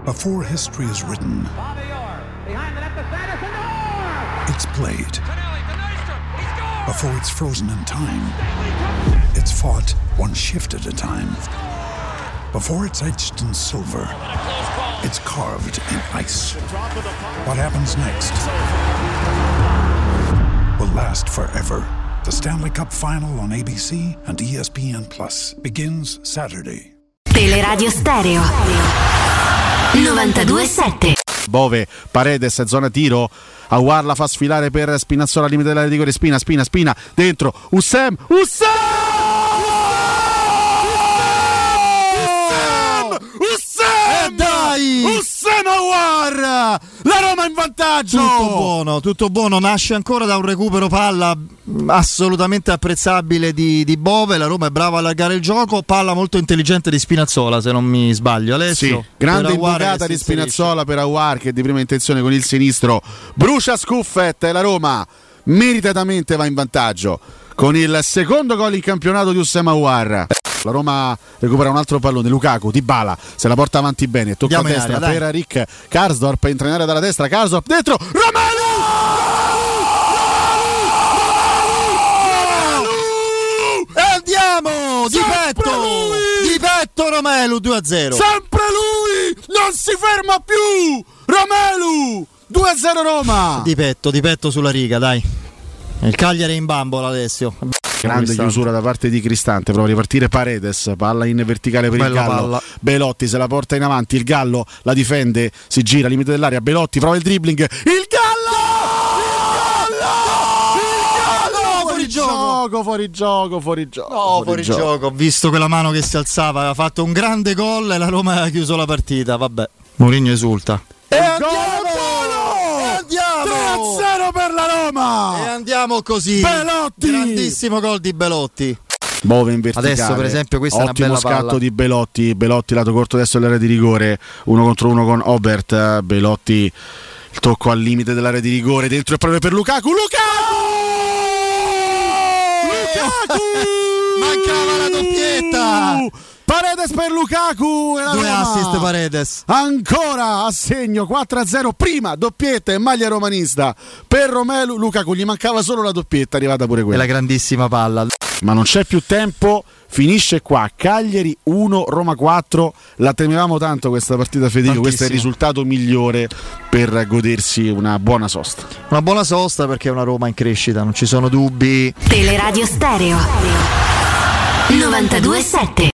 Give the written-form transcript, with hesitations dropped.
Before history is written, it's played. Before it's frozen in time, it's fought one shift at a time. Before it's etched in silver, it's carved in ice. What happens next will last forever. The Stanley Cup Final on ABC and ESPN Plus begins Saturday. Teleradio Stereo 92.7. Bove, Paredes, zona tiro. Aouar la fa sfilare per Spinazzola al limite dell'area di rigore. Spina dentro. Hussem. Dai! Hussem Aouar! La Roma in vantaggio! Tutto buono, nasce ancora da un recupero palla assolutamente apprezzabile di Bove. La Roma è brava a allargare il gioco, palla molto intelligente di Spinazzola, se non mi sbaglio, Alessio. Sì, grande imbucata di Spinazzola per Aouar, che di prima intenzione con il sinistro brucia Scuffet e la Roma meritatamente va in vantaggio con il secondo gol in campionato di Hussem Aouar. La Roma recupera un altro pallone, Lukaku, Dybala se la porta avanti bene, tocca a destra per Rick Karsdorp, entra in area dalla destra, Karsdorp dentro, Romelu! E andiamo! Di petto Romelu, 2-0. Sempre lui! Non si ferma più! Romelu! 2-0 Roma! Di petto sulla riga, dai. Il Cagliari è in bambola, Alessio. Grande chiusura da parte di Cristante, prova a ripartire Paredes, palla in verticale per il Gallo, palla. Belotti se la porta in avanti, il Gallo la difende, si gira al limite dell'area, Belotti prova il dribbling, il Gallo! Fuori gioco. Ho visto quella mano che si alzava, aveva fatto un grande gol e la Roma ha chiuso la partita, vabbè. Mourinho esulta. E andiamo! 3-0 per la Roma! E andiamo così. Belotti! Grandissimo gol di Belotti. Bove in verticale. Adesso per esempio questa è una bella scatto palla di Belotti lato corto adesso dell'area di rigore, 1 contro 1 con Obert. Belotti, il tocco al limite dell'area di rigore, dentro e proprio per Lukaku! Mancava la doppietta. Paredes per Lukaku e la 2 Roma assist Paredes ancora a segno, 4-0, prima doppietta e maglia romanista per Romelu Lukaku, gli mancava solo la doppietta, arrivata pure quella. E la grandissima palla. Ma non c'è più tempo, finisce qua, Cagliari 1, Roma 4, la temevamo tanto questa partita, Federico, questo è il risultato migliore per godersi una buona sosta. Una buona sosta perché è una Roma in crescita, non ci sono dubbi. Teleradio Stereo 92.7.